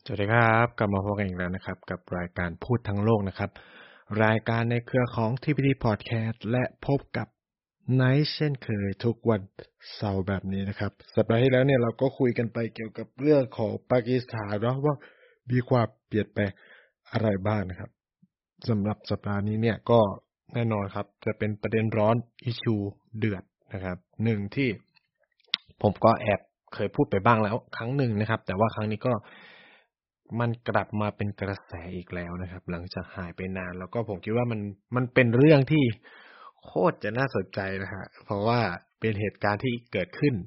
สวัสดีครับกลับมาพบกันอีกแล้วนะครับกับรายการพูดทั้งโลกนะครับรายการในเครือของ TPT Podcast และพบกับไนท์เช่นเคยทุกวันเสาร์แบบนี้นะครับสัปดาห์ที่แล้วเนี่ยเราก็คุยกันไปเกี่ยวกับเรื่องของปากีสถานเนาะว่ามีความเปลี่ยนแปลงอะไรบ้างนะครับสำหรับสัปดาห์นี้เนี่ยก็แน่นอนครับจะเป็นประเด็นร้อนอิชชูเดือดนะครับหนึ่งที่ผมก็แอบเคยพูดไปบ้างแล้วครั้งหนึ่งนะครับแต่ว่าครั้งนี้ก็มันกลับมาเป็นกระแสอีกแล้วนะครับหลังจากหายไปนานแล้วก็ผมคิดว่ามันเป็นเรื่องที่โคตรจะน่าสนใจนะฮะเพราะว่าเป็นเหตุการณ์ที่เกิดขึ้น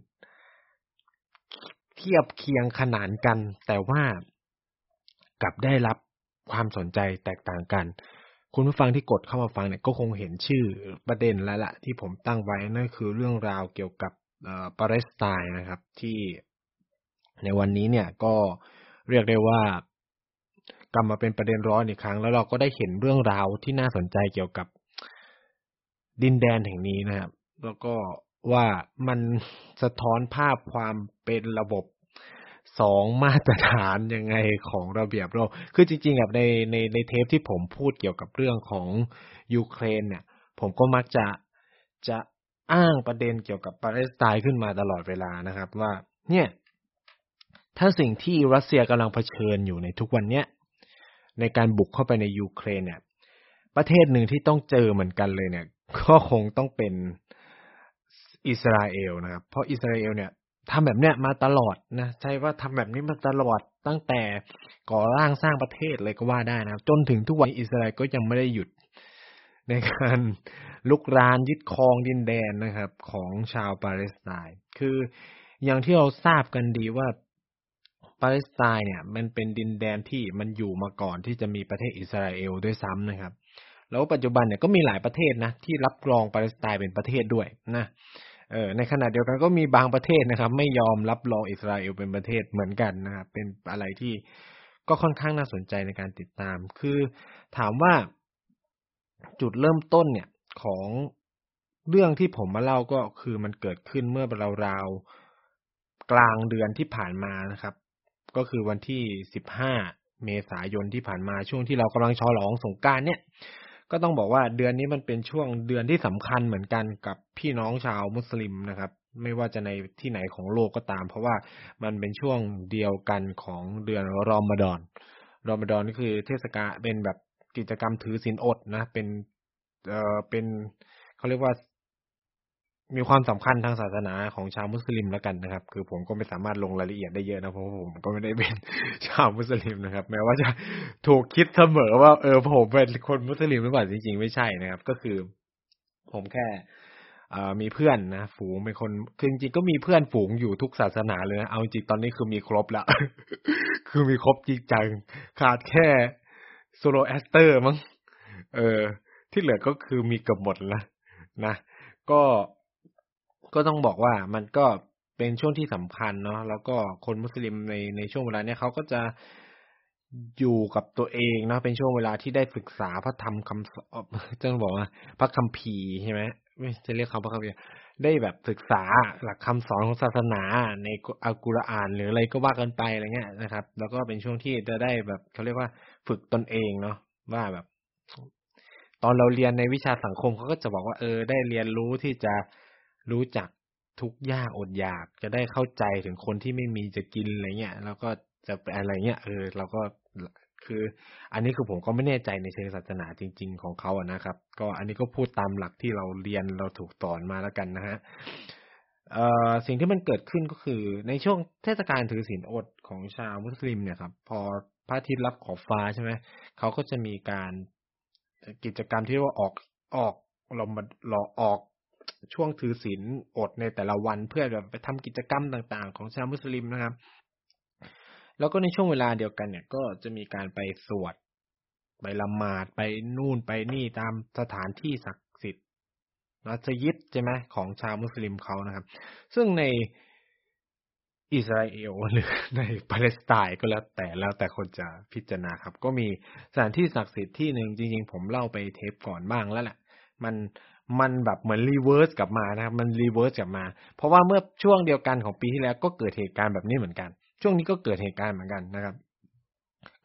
เทียบเคียงขนานกันแต่ว่ากลับได้รับความสนใจแตกต่างกันคุณผู้ฟังที่กดเข้ามาฟังเนี่ยก็คงเห็นชื่อประเด็นแล้วล่ะที่ผมตั้งไว้นั่นคือเรื่องราวเกี่ยวกับปาเลสไตน์นะครับที่ในวันนี้เนี่ยก็เรียกได้ว่ากลับมาเป็นประเด็นร้อนอีกครั้งแล้วเราก็ได้เห็นเรื่องราวที่น่าสนใจเกี่ยวกับดินแดนแห่งนี้นะครับแล้วก็ว่ามันสะท้อนภาพความเป็นระบบสองมาตรฐานยังไงของระเบียบโลกคือจริงๆแบบในเทปที่ผมพูดเกี่ยวกับเรื่องของยูเครนเนี่ยผมก็มักจะอ้างประเด็นเกี่ยวกับปาเลสไตน์ขึ้นมาตลอดเวลานะครับว่าเนี่ยถ้าสิ่งที่รัสเซียกำลังเผชิญอยู่ในทุกวันเนี้ยในการบุกเข้าไปในยูเครนเนี่ยประเทศหนึ่งที่ต้องเจอเหมือนกันเลยเนี่ยก็คงต้องเป็นอิสราเอลนะครับเพราะอิสราเอลเนี่ยทำแบบเนี้ยมาตลอดนะใช่ว่าทำแบบนี้มาตลอดตั้งแต่ก่อร่างสร้างประเทศเลยก็ว่าได้นะครับจนถึงทุกวันอิสราเอลก็ยังไม่ได้หยุดในการลุกรานยึดครองดินแดนนะครับของชาวปาเลสไตน์คืออย่างที่เราทราบกันดีว่าปาเลสไตน์เนี่ยมันเป็นดินแดนที่มันอยู่มาก่อนที่จะมีประเทศอิสราเอลด้วยซ้ำนะครับแล้วปัจจุบันเนี่ยก็มีหลายประเทศนะที่รับรองปาเลสไตน์เป็นประเทศด้วยนะในขณะเดียวกันก็มีบางประเทศนะครับไม่ยอมรับรองอิสราเอลเป็นประเทศเหมือนกันนะครับเป็นอะไรที่ก็ค่อนข้างน่าสนใจในการติดตามคือถามว่าจุดเริ่มต้นเนี่ยของเรื่องที่ผมมาเล่าก็คือมันเกิดขึ้นเมื่อราวๆกลางเดือนที่ผ่านมานะครับก็คือวันที่15เมษายนที่ผ่านมาช่วงที่เรากำลังฉลองสงกรานต์เนี่ยก็ต้องบอกว่าเดือนนี้มันเป็นช่วงเดือนที่สำคัญเหมือนกันกับพี่น้องชาวมุสลิมนะครับไม่ว่าจะในที่ไหนของโลกก็ตามเพราะว่ามันเป็นช่วงเดียวกันของเดือนรอมฎอนรอมฎอนนี่คือเทศกาลเป็นแบบกิจกรรมถือศีลอดนะเป็นเขาเรียกว่ามีความสำคัญทางศาสนาของชาวมุสลิมแล้วกันนะครับคือผมก็ไม่สามารถลงรายละเอียดได้เยอะนะเพราะว่าผมก็ไม่ได้เป็นชาวมุสลิมนะครับแม้ว่าจะถูกคิดเสมอว่าผมเป็นคนมุสลิมหรือเปล่าจริงๆไม่ใช่นะครับก็คือผมแค่มีเพื่อนนะฝูงเป็นคนคือจริงๆก็มีเพื่อนฝูงอยู่ทุกศาสนาเลยนะเอาจริงๆตอนนี้คือมีครบแล้วคือมีครบจริงจังขาดแค่โซโลแอสเตอร์มั้งเออที่เหลือก็คือมีเกือบหมดแล้วนะ ก็ก็ต้องบอกว่ามันก็เป็นช่วงที่สำคัญเนาะแล้วก็คนมุสลิมในช่วงเวลาเนี้ยเขาก็จะอยู่กับตัวเองเนาะเป็นช่วงเวลาที่ได้ศึกษาพระธรรมคำสอนจะบอกว่าพระคัมภีร์ใช่ไหมไม่จะเรียกเขาพระคัมภีร์ได้แบบศึกษาหลักคำสอนของศาสนาในอัลกุรอานหรืออะไรก็ว่ากันไปอะไรเงี้ยนะครับแล้วก็เป็นช่วงที่จะได้แบบเขาเรียกว่าฝึกตนเองเนาะว่าแบบ ตอนเราเรียนในวิชาสังคมเขาก็จะบอกว่าได้เรียนรู้ที่จะรู้จักทุกข์ยากอดอยากจะได้เข้าใจถึงคนที่ไม่มีจะกินอะไรเงี้ยแล้วก็จะไปอะไรเงี้ยเราก็คืออันนี้คือผมก็ไม่แน่ใจในเชิงศาสนาจริงๆของเขาอะนะครับก็อันนี้ก็พูดตามหลักที่เราเรียนเราถูกสอนมาแล้วกันนะฮะสิ่งที่มันเกิดขึ้นก็คือในช่วงเทศกาลถือศีลอดของชาวมุสลิมเนี่ยครับพอพระอาทิตย์ลับขอบฟ้าใช่ไหมเขาก็จะมีการกิจกรรมที่เรียกว่าออกเรามาเราออกช่วงถือศีลอดในแต่ละวันเพื่อแบบไปทำกิจกรรมต่างๆของชาวมุสลิมนะครับแล้วก็ในช่วงเวลาเดียวกันเนี่ยก็จะมีการไปสวดไปละหมาดไปนู่นไปนี่ตามสถานที่ศักดิ์สิทธิ์มัสยิดใช่ไหมของชาวมุสลิมเขานะครับซึ่งในอิสราเอลหรือในปาเลสไตน์ก็แล้วแต่คนจะพิจารณาครับก็มีสถานที่ศักดิ์สิทธิ์ที่หนึ่งจริงๆผมเล่าไปเทปก่อนบ้างแล้วแหละมันมันแบบเหมือนรีเวิร์สกลับมานะครับมันรีเวิร์สกลับมาเพราะว่าเมื่อช่วงเดียวกันของปีที่แล้วก็เกิดเหตุการณ์แบบนี้เหมือนกันช่วงนี้ก็เกิดเหตุการณ์เหมือนกันนะครับ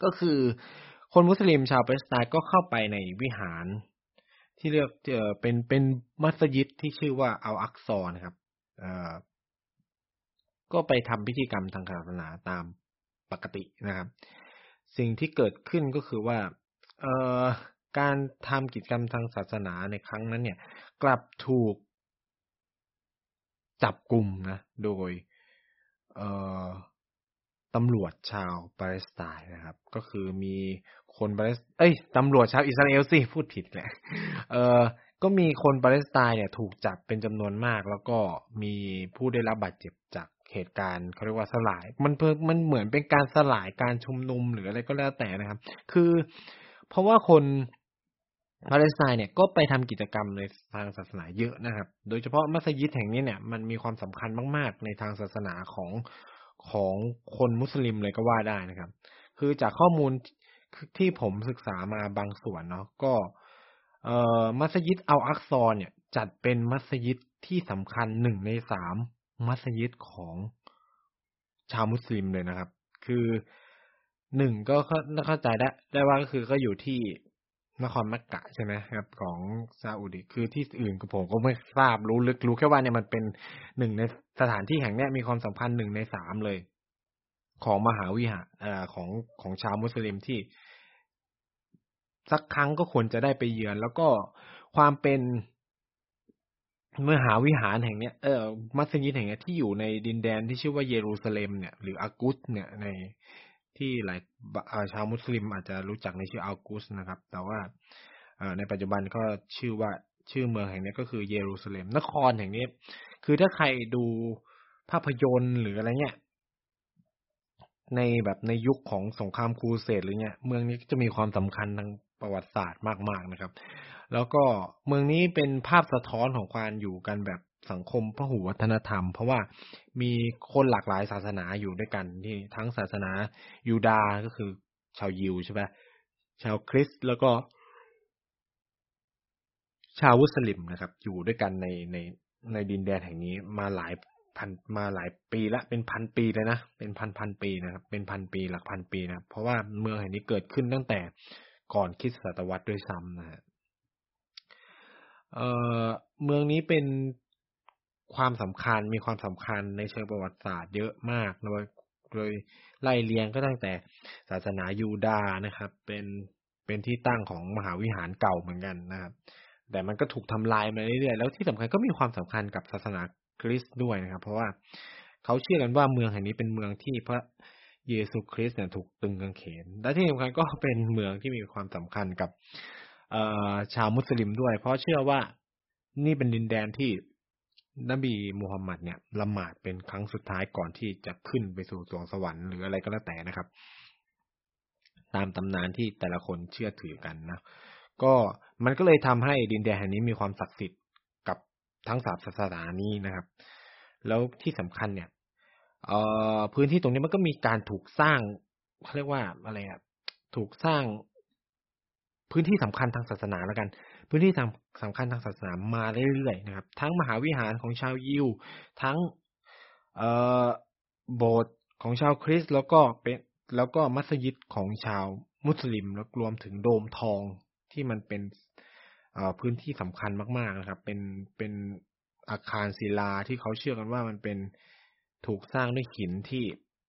ก็คือคนมุสลิมชาวปาเลสไตน์ก็เข้าไปในวิหารที่เรียกเป็นมัสยิดที่ชื่อว่าอัลอักซอนะครับก็ไปทำพิธีกรรมทางศาสนาตามปกตินะครับสิ่งที่เกิดขึ้นก็คือว่าการทำกิจกรรมทางศาสนาในครั้งนั้นเนี่ยกลับถูกจับกุมนะโดยตำรวจชาวปาเลสไตน์นะครับก็คือมีคนตำรวจชาวอิสราเอลสิพูดผิดแหละก็มีคนปาเลสไตน์เนี่ยถูกจับเป็นจำนวนมากแล้วก็มีผู้ได้รับบาดเจ็บจากเหตุการณ์เขาเรียกว่าสลายมันเหมือนเป็นการสลายการชุมนุมหรืออะไรก็แล้วแต่นะครับคือเพราะว่าคนปาเลสไตน์เนี่ยก็ไปทำกิจกรรมในทางศาสนาเยอะนะครับโดยเฉพาะมัสยิดแห่งนี้เนี่ยมันมีความสำคัญมากๆในทางศาสนาของคนมุสลิมเลยก็ว่าได้นะครับคือจากข้อมูลที่ผมศึกษามาบางส่วนเนาะก็มัสยิดอัลอักซอเนี่ยจัดเป็นมัสยิดที่สำคัญ1 ใน 3มัสยิดของชาวมุสลิมเลยนะครับคือ1ก็เข้าใจได้ว่าก็คือก็อยู่ที่นครมักกะใช่ไหมครับของซาอุดิคือที่อื่นผมก็ไม่ทราบรู้แค่ว่าเนี่ยมันเป็น1 ในสถานที่แห่งนี้มีความสำคัญ1 ใน 3เลยของมหาวิหารของชาวมุสลิมที่สักครั้งก็ควรจะได้ไปเยือนแล้วก็ความเป็นมหาวิหารแห่งเนี้ยมัสยิดแห่งเนี้ยที่อยู่ในดินแดนที่ชื่อว่าเยรูซาเล็มเนี่ยหรืออากุสเนี่ยในที่หลายชาวมุสลิมอาจจะรู้จักในชื่ออากุสนะครับแต่ว่าในปัจจุบันก็ชื่อเมืองแห่งนี้ก็คือเยรูซาเล็มนครแห่งนี้คือถ้าใครดูภาพยนตร์หรืออะไรเงี้ยในยุคของสงครามครูเสดหรือเงี้ยเมืองนี้จะมีความสำคัญทางประวัติศาสตร์มากๆนะครับแล้วก็เมืองนี้เป็นภาพสะท้อนของการอยู่กันแบบสังคมพหุวัฒนธรรมเพราะว่ามีคนหลากหลายศาสนาอยู่ด้วยกันที่ทั้งศาสนายูดาห์ก็คือชาวยิวใช่ไหมชาวคริสต์แล้วก็ชาวมุสลิมนะครับอยู่ด้วยกันในดินแดนแห่งนี้มาหลายปีละเป็นพันปีเลยนะเป็นพันปีนะครับเป็นพันปีหลักพันปีนะเพราะว่าเมืองแห่งนี้เกิดขึ้นตั้งแต่ก่อนคริสตศตวรรษด้วยซ้ำนะฮะเมืองนี้เป็นความสำคัญมีความสำคัญในเชิงประวัติศาสตร์เยอะมากโดยไล่เรียงก็ตั้งแต่ศาสนายูดาห์นะครับเป็นที่ตั้งของมหาวิหารเก่าเหมือนกันนะครับแต่มันก็ถูกทำลายมาเรื่อยๆแล้วที่สำคัญก็มีความสำคัญกับศาสนาคริสต์ด้วยนะครับเพราะว่าเขาเชื่อกันว่าเมืองแห่งนี้เป็นเมืองที่พระเยซูคริสต์เนี่ยถูกตึงกางเขนและที่สำคัญก็เป็นเมืองที่มีความสำคัญกับชาวมุสลิมด้วยเพราะเชื่อว่านี่เป็นดินแดนที่นบีมูฮัมหมัดเนี่ยละหมาดเป็นครั้งสุดท้ายก่อนที่จะขึ้นไปสู่สวงสวรรค์หรืออะไรก็แล้วแต่นะครับตามตำนานที่แต่ละคนเชื่อถือกันนะก็มันก็เลยทำให้ดินแดนแห่งนี้มีความศักดิ์สิทธิ์กับทั้ง3ศาสนานี้นะครับแล้วที่สำคัญเนี่ยพื้นที่ตรงนี้มันก็มีการถูกสร้างเขาเรียกว่าอะไรอ่ะถูกสร้างพื้นที่สำคัญทางศาสนาแล้วกันพื้นที่สำคัญทางศาสนามาเรื่อยๆนะครับทั้งมหาวิหารของชาวยิวทั้งโบสถ์ของชาวคริสต์แล้วก็มัสยิดของชาวมุสลิมแล้วรวมถึงโดมทองที่มันเป็นพื้นที่สำคัญมากๆนะครับเป็นอาคารศิลาที่เขาเชื่อกันว่ามันเป็นถูกสร้างด้วยหินที่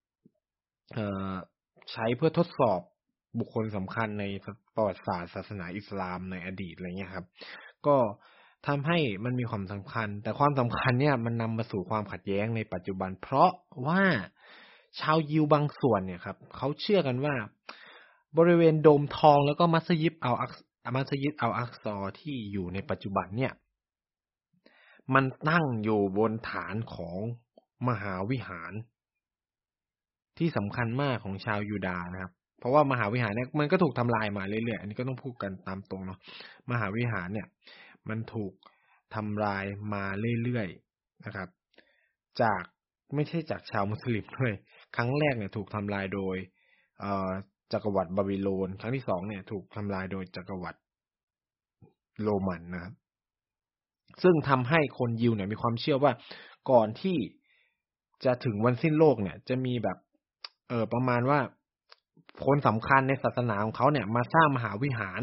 ใช้เพื่อทดสอบบุคคลสำคัญในประวัติศาสตร์ศาสนาอิสลามในอดีตอะไรเงี้ยครับก็ทำให้มันมีความสำคัญแต่ความสำคัญเนี่ยมันนำมาสู่ความขัดแย้งในปัจจุบันเพราะว่าชาวยิวบางส่วนเนี่ยครับเขาเชื่อกันว่าบริเวณโดมทองแล้วก็มัสยิดอัลอักซอที่อยู่ในปัจจุบันเนี่ยมันตั้งอยู่บนฐานของมหาวิหารที่สำคัญมากของชาวยูดาห์นะครับเพราะว่ามหาวิหารเนี่ยมันก็ถูกทำลายมาเรื่อยๆอันนี้ก็ต้องพูดกันตามตรงเนาะมหาวิหารเนี่ยมันถูกทำลายมาเรื่อยๆนะครับจากไม่ใช่จากชาวมุสลิมด้วยครั้งแรกเนี่ยถูกทำลายโดยจักรวรรดิบาบิโลนครั้งที่2เนี่ยถูกทำลายโดยจักรวรรดิโรมันนะครับซึ่งทำให้คนยิวเนี่ยมีความเชื่อว่าก่อนที่จะถึงวันสิ้นโลกเนี่ยจะมีแบบประมาณว่าคนสำคัญในศาสนาของเขาเนี่ยมาสร้างมหาวิหาร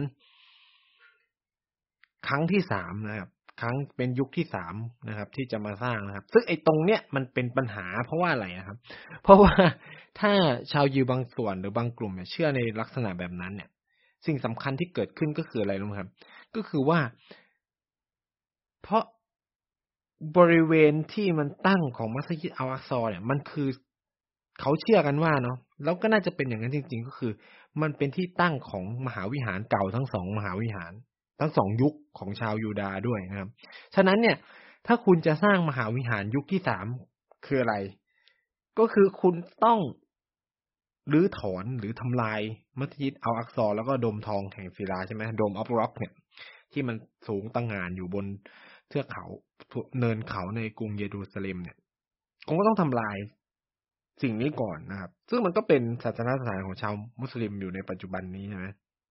ครั้งที่3นะครับครั้งเป็นยุคที่3นะครับที่จะมาสร้างนะครับซึ่งไอ้ตรงเนี้ยมันเป็นปัญหาเพราะว่าอะไรนะครับเพราะว่าถ้าชาวยิวบางส่วนหรือบางกลุ่มเนี่ยเชื่อในลักษณะแบบนั้นเนี่ยสิ่งสำคัญที่เกิดขึ้นก็คืออะไรรู้ไหมครับก็คือว่าเพราะบริเวณที่มันตั้งของมัสยิดอัลอักซอเนี่ยมันคือเขาเชื่อกันว่าเนาะแล้วก็น่าจะเป็นอย่างนั้นจริงๆก็คือมันเป็นที่ตั้งของมหาวิหารเก่าทั้ง2มหาวิหารทั้ง2ยุคของชาวยูดาห์ด้วยนะครับฉะนั้นเนี่ยถ้าคุณจะสร้างมหาวิหารยุคที่3คืออะไรก็คือคุณต้องรื้อถอนหรือทำลายมัสยิดอัลอักซอแล้วก็โดมทองแห่งศิลาใช่ไหมโดมออฟร็อกเนี่ยที่มันสูงตั้งงานอยู่บนเทือกเขาเนินเขาในกรุงเยรูซาเล็มเนี่ยคุณก็ต้องทำลายสิ่งนี้ก่อนนะครับซึ่งมันก็เป็นศาสนสถานของชาวมุสลิมอยู่ในปัจจุบันนี้ใช่ไหม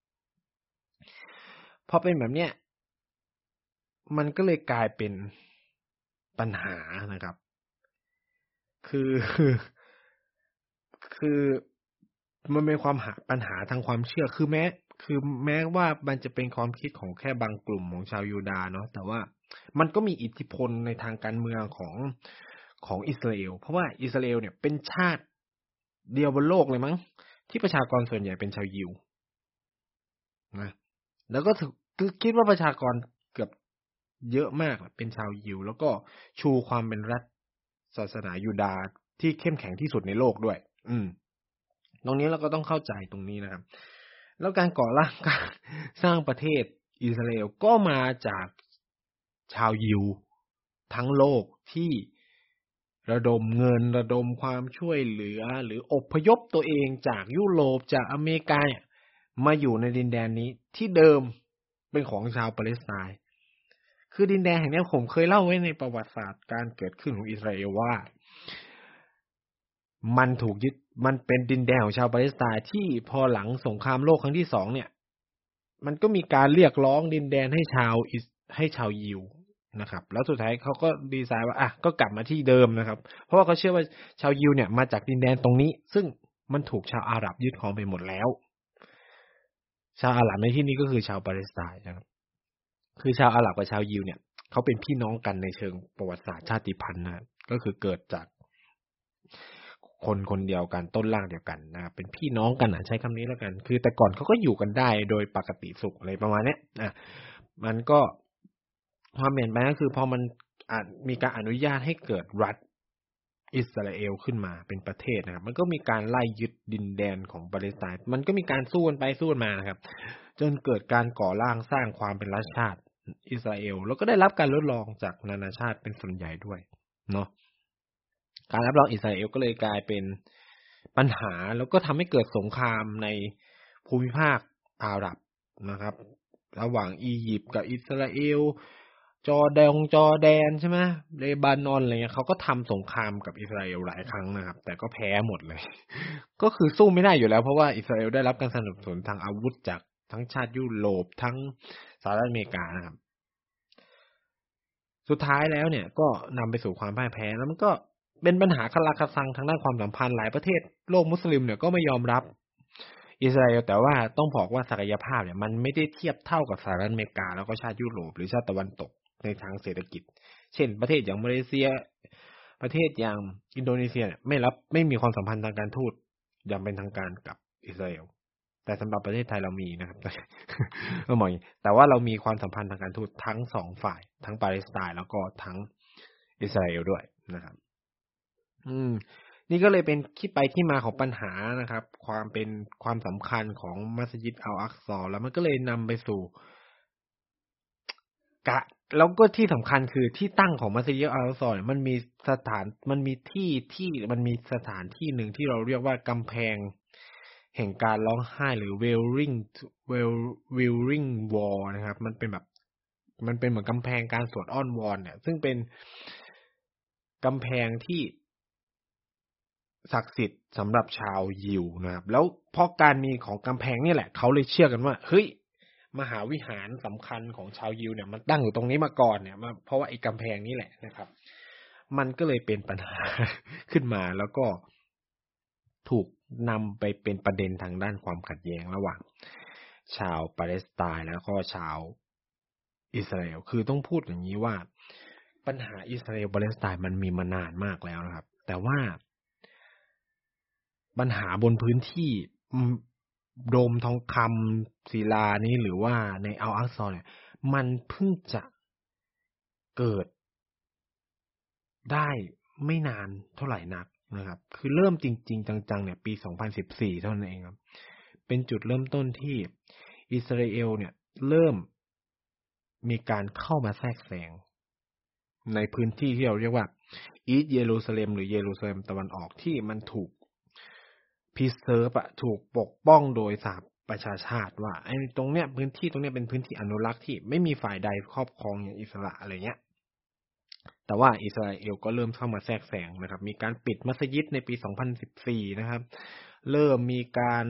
พอเป็นแบบเนี้ยมันก็เลยกลายเป็นปัญหานะครับคือคือมันเป็นปัญหาทางความเชื่อคือแม้ว่ามันจะเป็นความคิดของแค่บางกลุ่มของชาวยูดาห์เนาะแต่ว่ามันก็มีอิทธิพลในทางการเมืองของอิสราเอลเพราะว่าอิสราเอลเนี่ยเป็นชาติเดียวบนโลกเลยมั้งที่ประชากรส่วนใหญ่เป็นชาวยิวนะแล้วก็คิดว่าประชากรเกือบเยอะมากเป็นชาวยิวแล้วก็ชูความเป็นรัฐศาสนายูดาห์ที่เข้มแข็งที่สุดในโลกด้วยตรงนี้เราก็ต้องเข้าใจตรงนี้นะครับแล้วการก่อร่างการสร้างประเทศอิสราเอลก็มาจากชาวยิวทั้งโลกที่ระดมเงินระดมความช่วยเหลือหรืออพยพตัวเองจากยุโรปจากอเมริกามาอยู่ในดินแดนนี้ที่เดิมเป็นของชาวปาเลสไตน์คือดินแดนแห่งนี้ผมเคยเล่าไว้ในประวัติศาสตร์การเกิดขึ้นของอิสราเอลว่ามันถูกยึดมันเป็นดินแดนของชาวปาเลสไตน์ที่พอหลังสงครามโลกครั้งที่2เนี่ยมันก็มีการเรียกร้องดินแดนให้ชาวยิวนะครับแล้วสุดท้ายเขาก็ดีไซน์ว่าก็กลับมาที่เดิมนะครับเพราะว่าเขาเชื่อว่าชาวยิวเนี่ยมาจากดินแดนตรงนี้ซึ่งมันถูกชาวอาหรับยึดครองไปหมดแล้วชาวอาหรับในที่นี้ก็คือชาวปาเลสไตน์นะครับคือชาวอาหรับกับชาวยิวเนี่ยเขาเป็นพี่น้องกันในเชิงประวัติศาสตร์ชาติพันธุ์นะก็คือเกิดจากคนเดียวกันต้นล่างเดียวกันนะครับเป็นพี่น้องกันใช้คำนี้แล้วกันคือแต่ก่อนเขาก็อยู่กันได้โดยปกติสุขอะไรประมาณนี้มันก็ความเปลี่ยนแปลงก็คือพอมันมีการอนุญาตให้เกิดรัฐอิสราเอลขึ้นมาเป็นประเทศนะครับมันก็มีการไล่ยึดดินแดนของปาเลสไตน์มันก็มีการสู้กันไปสู้กันมานะครับจนเกิดการก่อร่างสร้างความเป็นรัฐชาติอิสราเอลแล้วก็ได้รับการรับรองจากนานาชาติเป็นส่วนใหญ่ด้วยเนาะการรับรองอิสราเอลก็เลยกลายเป็นปัญหาแล้วก็ทำให้เกิดสงครามในภูมิภาคอาหรับนะครับระหว่างอียิปต์กับอิสราเอลจอร์แดนใช่ไหมเลบานอนอะไรเงี้ยเขาก็ทำสงครามกับอิสราเอลหลายครั้งนะครับแต่ก็แพ้หมดเลย ก็คือสู้ไม่ได้อยู่แล้วเพราะว่าอิสราเอลได้รับการสนับสนุนทางอาวุธจากทั้งชาติยุโรปทั้งสหรัฐอเมริกานะครับสุดท้ายแล้วเนี่ยก็นำไปสู่ความพ่ายแพ้แล้วมันก็เป็นปัญหาคาราคาซังทางด้านความสัมพันธ์หลายประเทศโลกมุสลิมเนี่ยก็ไม่ยอมรับอิสราเอลแต่ว่าต้องบอกว่าศักยภาพเนี่ยมันไม่ได้เทียบเท่ากับสหรัฐอเมริกาแล้วก็ชาติยุโรปหรือชาติตะวันตกในทางเศรษฐกิจเช่นประเทศอย่างมาเลเซียประเทศอย่างอินโดนีเซียเนี่ยไม่มีความสัมพันธ์ทางการทูตอย่างเป็นทางการกับอิสราเอลแต่สำหรับประเทศไทยเรามีนะครับก็มองแต่ว่าเรามีความสัมพันธ์ทางการทูตทั้งสองฝ่ายทั้งปาเลสไตน์แล้วก็ทั้งอิสราเอลด้วยนะครับนี่ก็เลยเป็นที่ไปที่มาของปัญหานะครับความสำคัญของมัสยิดอัลอักซอแล้วมันก็เลยนำไปสู่แล้วก็ที่สำคัญคือที่ตั้งของมัสยิดอัลอักซอเนี่ยมันมีสถานที่หนึ่งที่เราเรียกว่ากำแพงแห่งการร้องไห้หรือ wailing wall นะครับมันเป็นเหมือนกำแพงการสวดอ้อนวอนเนี่ยซึ่งเป็นกำแพงที่ศักดิ์สิทธิ์สำหรับชาวยิวนะครับแล้วเพราะการมีของกำแพงนี่แหละเขาเลยเชื่อกันว่าเฮ้ยมหาวิหารสำคัญของชาวยิวเนี่ยมันตั้งอยู่ตรงนี้มาก่อนเนี่ยเพราะว่าไอ้กำแพงนี่แหละนะครับมันก็เลยเป็นปัญหาขึ้นมาแล้วก็ถูกนำไปเป็นประเด็นทางด้านความขัดแย้งระหว่างชาวปาเลสไตน์แล้วก็ชาวอิสราเอลคือต้องพูดอย่างนี้ว่าปัญหาอิสราเอลปาเลสไตน์มันมีมานานมากแล้วนะครับแต่ว่าปัญหาบนพื้นที่โดมทองคำศิลานี้หรือว่าในอัลอักซอเนี่ยมันเพิ่งจะเกิดได้ไม่นานเท่าไหร่นักนะครับคือเริ่มจริงๆจังๆเนี่ยปี2014เท่านั้นเองครับเป็นจุดเริ่มต้นที่อิสราเอลเนี่ยเริ่มมีการเข้ามาแทรกแซงในพื้นที่ที่เราเรียกว่าอีสต์เยรูซาเล็มหรือเยรูซาเล็มตะวันออกที่มันถูกpreserve ถูกปกป้องโดยสหประชาชาติว่าไอ้ตรงเนี้ยพื้นที่ตรงเนี้ยเป็นพื้นที่อนุรักษ์ที่ไม่มีฝ่ายใดครอบครองอย่างอิสระอะไรเงี้ยแต่ว่าอิสราเอลก็เริ่มเข้ามาแทรกแซงนะครับมีการปิดมัสยิดในปี2014นะครับเริ่มมีการ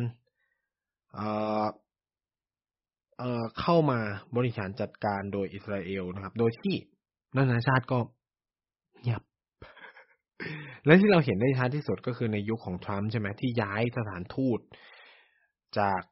เข้ามาบริหารจัดการโดยอิสราเอลนะครับโดยที่นานาชาติก็เงียบและที่เราเห็นได้ชัดที่สุดก็คือในยุคของทรัมป์ใช่ไหมที่ย้ายสถานทูตจาก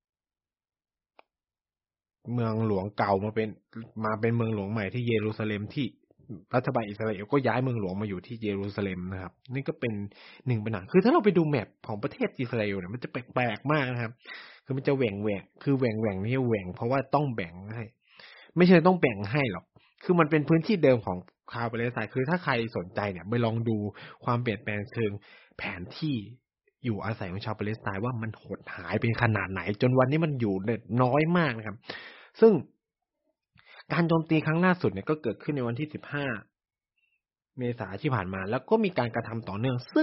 เมืองหลวงเก่ามาเป็นเมืองหลวงใหม่ที่เยรูซาเล็มที่รัฐบาลอิสราเอลก็ย้ายเมืองหลวงมาอยู่ที่เยรูซาเล็มนะครับนี่ก็เป็นหนึ่งปัญหาคือถ้าเราไปดูแมปของประเทศอิสราเอลเนี่ยมันจะแปลกๆมากนะครับคือมันจะแหว่งคือแหว่งนี่แหว่งเพราะว่าต้องแบ่งให้ไม่ใช่ต้องแบ่งให้หรอกคือมันเป็นพื้นที่เดิมของชาวปาเลสไตน์คือถ้าใครสนใจเนี่ยไปลองดูความเปลี่ยนแปลงเชิงแผนที่อยู่อาศัยของชาวปาเลสไตน์ว่ามันหดหายเป็นขนาดไหนจนวันนี้มันอยู่น้อยมากนะครับซึ่งการโจมตีครั้งล่าสุดเนี่ยก็เกิดขึ้นในวันที่15 เมษายนที่ผ่านมาแล้วก็มีการกระทำต่อเนื่องซึ่ง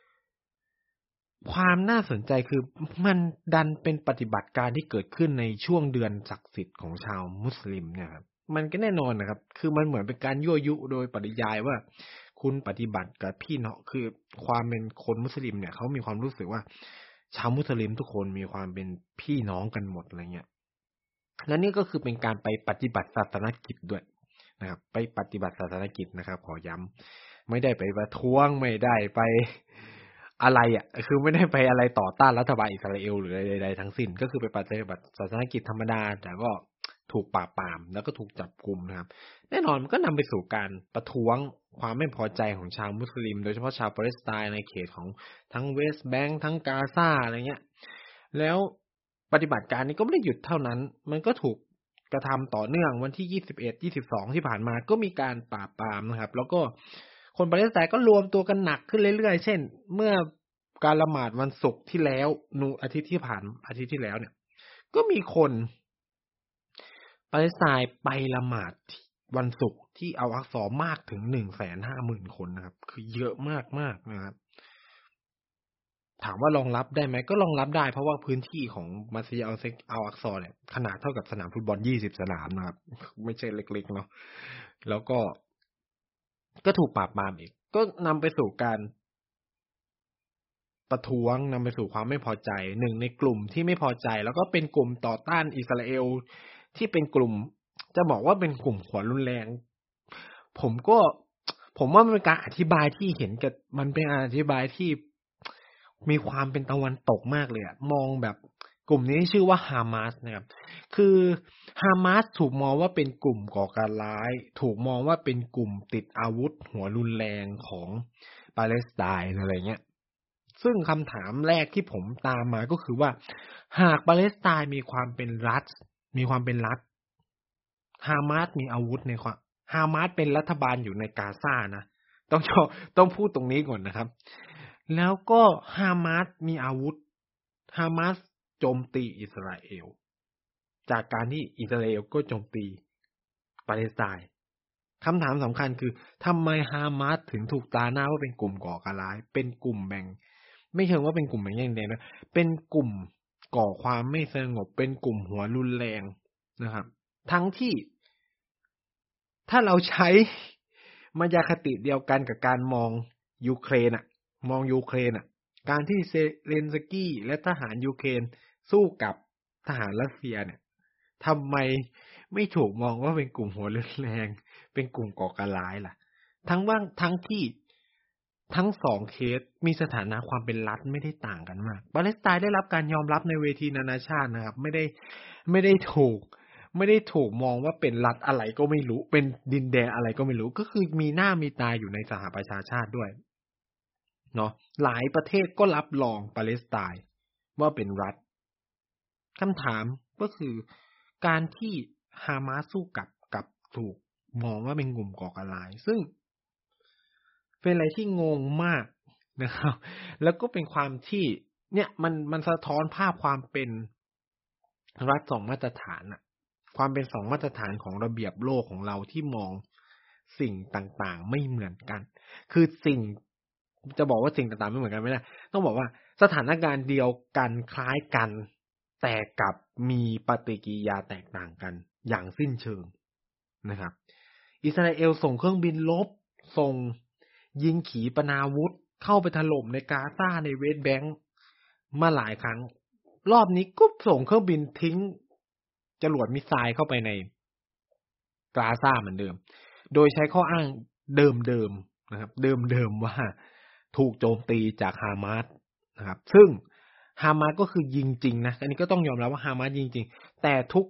ความน่าสนใจคือมันดันเป็นปฏิบัติการที่เกิดขึ้นในช่วงเดือนศักดิ์สิทธิ์ของชาวมุสลิมเนี่ยครับมันก็แน่นอนนะครับคือมันเหมือนเป็นการยั่วยุโดยปริยายว่าคุณปฏิบัติกับพี่น้องคือความเป็นคนมุสลิมเนี่ยเขามีความรู้สึกว่าชาวมุสลิมทุกคนมีความเป็นพี่น้องกันหมดอะไรเงี้ยและนี่ก็คือเป็นการไปปฏิบัติศาสนกิจด้วยนะครับไปปฏิบัติศาสนกิจนะครับขอย้ำไม่ได้ไปประท้วงไม่ได้ไปอะไรคือไม่ได้ไปอะไรต่อต้านรัฐบาลอิสราเอลหรือใดๆทั้งสิ้นก็คือไปปฏิบัติศาสนกิจธรรมดาแต่ก็ถูกปราบปรามแล้วก็ถูกจับกุมนะครับแน่นอนมันก็นำไปสู่การประท้วงความไม่พอใจของชาวมุสลิมโดยเฉพาะชาวปาเลสไตน์ในเขตของทั้งเวสต์แบงค์ทั้งกาซาอะไรเงี้ยแล้วปฏิบัติการนี้ก็ไม่ได้หยุดเท่านั้นมันก็ถูกกระทำต่อเนื่องวันที่21 22ที่ผ่านมาก็มีการปราบปรามนะครับแล้วก็คนปาเลสไตน์ก็รวมตัวกันหนักขึ้นเรื่อยๆเช่นเมื่อการละหมาดวันศุกร์ที่แล้วอาทิตย์ที่แล้วเนี่ยก็มีคนปาเลสไตน์ไปละหมาดวันศุกร์ที่อัลอักซอมากถึง 150,000 คนนะครับคือเยอะมากๆนะครับถามว่ารองรับได้ไหมก็รองรับได้เพราะว่าพื้นที่ของมัสยิดอัลอักซอเนี่ยขนาดเท่ากับสนามฟุตบอล20 สนามนะครับไม่ใช่เล็กๆเนาะแล้วก็ถูกปราบปรามอีกก็นำไปสู่การประท้วงนำไปสู่ความไม่พอใจหนึ่งในกลุ่มที่ไม่พอใจแล้วก็เป็นกลุ่มต่อต้านอิสราเอลที่เป็นกลุ่มจะบอกว่าเป็นกลุ่มหัวรุนแรงผมว่ามันเป็นการอธิบายที่เห็นกับมันเป็นการอธิบายที่มีความเป็นตะวันตกมากเลยมองแบบกลุ่มนี้ชื่อว่าฮามาสนะครับคือฮามาสถูกมองว่าเป็นกลุ่มก่อการร้ายถูกมองว่าเป็นกลุ่มติดอาวุธหัวรุนแรงของปาเลสไตน์อะไรเงี้ยซึ่งคำถามแรกที่ผมตามมาก็คือว่าหากปาเลสไตน์มีความเป็นรัฐฮามาสมีอาวุธในความฮามาสเป็นรัฐบาลอยู่ในกาซานะต้องพูดตรงนี้ก่อนนะครับแล้วก็ฮามาสมีอาวุธฮามาสโจมตีอิสราเอลจากการที่อิสราเอลก็โจมตีปาเลสไตน์คำถามสำคัญคือทำไมฮามาสถึงถูกตราหน้าว่าเป็นกลุ่มก่อการร้ายเป็นกลุ่มแบ่งไม่เชิงว่าเป็นกลุ่มแบ่งแยกแดนนะเป็นกลุ่มก่อความไม่สงบเป็นกลุ่มหัวรุนแรงนะครับทั้งที่ถ้าเราใช้มายาคติเดียวกันกับการมองยูเครนการที่เซเลนสกี้และทหารยูเครนสู้กับทหารรัสเซียเนี่ยทำไมไม่ถูกมองว่าเป็นกลุ่มหัวรุนแรงเป็นกลุ่มก่อการร้ายล่ะทั้งที่ทั้ง2เคสมีสถานะความเป็นรัฐไม่ได้ต่างกันมากปาเลสไตน์ได้รับการยอมรับในเวทีนานาชาตินะครับไม่ได้ถูกมองว่าเป็นรัฐอะไรก็ไม่รู้เป็นดินแดนอะไรก็ไม่รู้ก็คือมีหน้ามีตาอยู่ในสหประชาชาติด้วยเนาะหลายประเทศก็รับรองปาเลสไตน์ว่าเป็นรัฐคำถามก็คือการที่ฮามาสสู้กับถูกมองว่าเป็นกลุ่มก่อการร้ายซึ่งเป็นอะไรที่งงมากนะครับแล้วก็เป็นความที่เนี่ยมันสะท้อนภาพความเป็นรัฐ2มาตรฐานอะความเป็น2มาตรฐานของระเบียบโลกของเราที่มองสิ่งต่างๆไม่เหมือนกันคือจะบอกว่าสิ่งต่างๆไม่เหมือนกันไม่ได้ต้องบอกว่าสถานการณ์เดียวกันคล้ายกันแต่กลับมีปฏิกิริยาแตกต่างกันอย่างสิ้นเชิงนะครับอิสราเอลส่งเครื่องบินรบส่งยิงขีปนาวุธเข้าไปถล่มในกาซาในเวสต์แบงก์มาหลายครั้งรอบนี้ก็ส่งเครื่องบินทิ้งจรวดมิสไซล์เข้าไปในกาซาเหมือนเดิมโดยใช้ข้ออ้างเดิมๆนะครับเดิมๆว่าถูกโจมตีจากฮามาสนะครับซึ่งฮามาสก็คือยิงจริงนะอันนี้ก็ต้องยอมรับว่าฮามาสยิงจริงแต่ทุ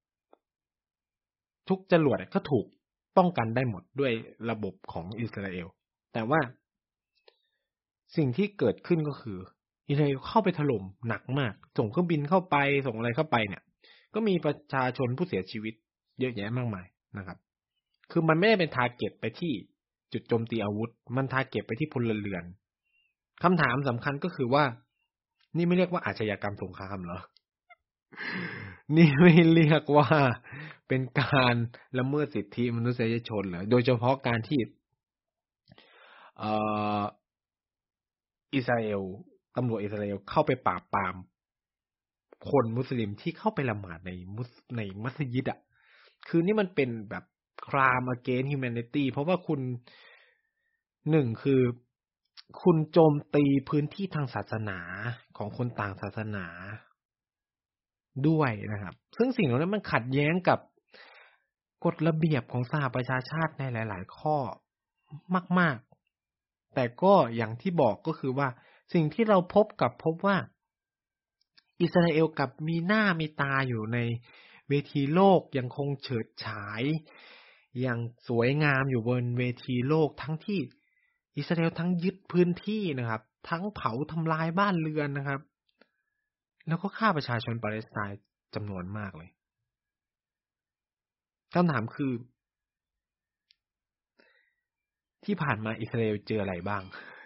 กจรวดก็ถูกป้องกันได้หมดด้วยระบบของอิสราเอลแต่ว่าสิ่งที่เกิดขึ้นก็คืออิสราเอลเข้าไปถล่มหนักมากส่งเครื่องบินเข้าไปส่งอะไรเข้าไปเนี่ยก็มีประชาชนผู้เสียชีวิตเยอะแยะมากมายนะครับคือมันไม่ได้เป็นทาร์เก็ตไปที่จุดโจมตีอาวุธมันทาร์เก็ตไปที่พลเรือนคำถามสำคัญก็คือว่านี่ไม่เรียกว่าอาชญากรรมสงครามเหรอนี่ไม่เรียกว่าเป็นการละเมิดสิทธิมนุษยชนเหรอโดยเฉพาะการที่อิสราเอลตำรวจอิสราเอลเข้าไปปราบปรามคนมุสลิมที่เข้าไปละหมาดในมัสยิดอ่ะคือนี่มันเป็นแบบ crime against humanity เพราะว่าคุณคือคุณโจมตีพื้นที่ทางศาสนาของคนต่างศาสนาด้วยนะครับซึ่งสิ่งเหล่านั้นมันขัดแย้งกับกฎระเบียบของสหประชาชาติในหลายๆข้อมากๆแต่ก็อย่างที่บอกก็คือว่าสิ่งที่เราพบว่าอิสราเอลกับมีหน้ามีตาอยู่ในเวทีโลกยังคงเฉิดฉายอย่างสวยงามอยู่บนเวทีโลกทั้งที่อิสราเอลทั้งยึดพื้นที่นะครับทั้งเผาทำลายบ้านเรือนนะครับแล้วก็ฆ่าประชาชนปาเลสไตน์จำนวนมากเลยคำถามคือที่ผ่านมาอิสราเอลเจออะไรบ้าง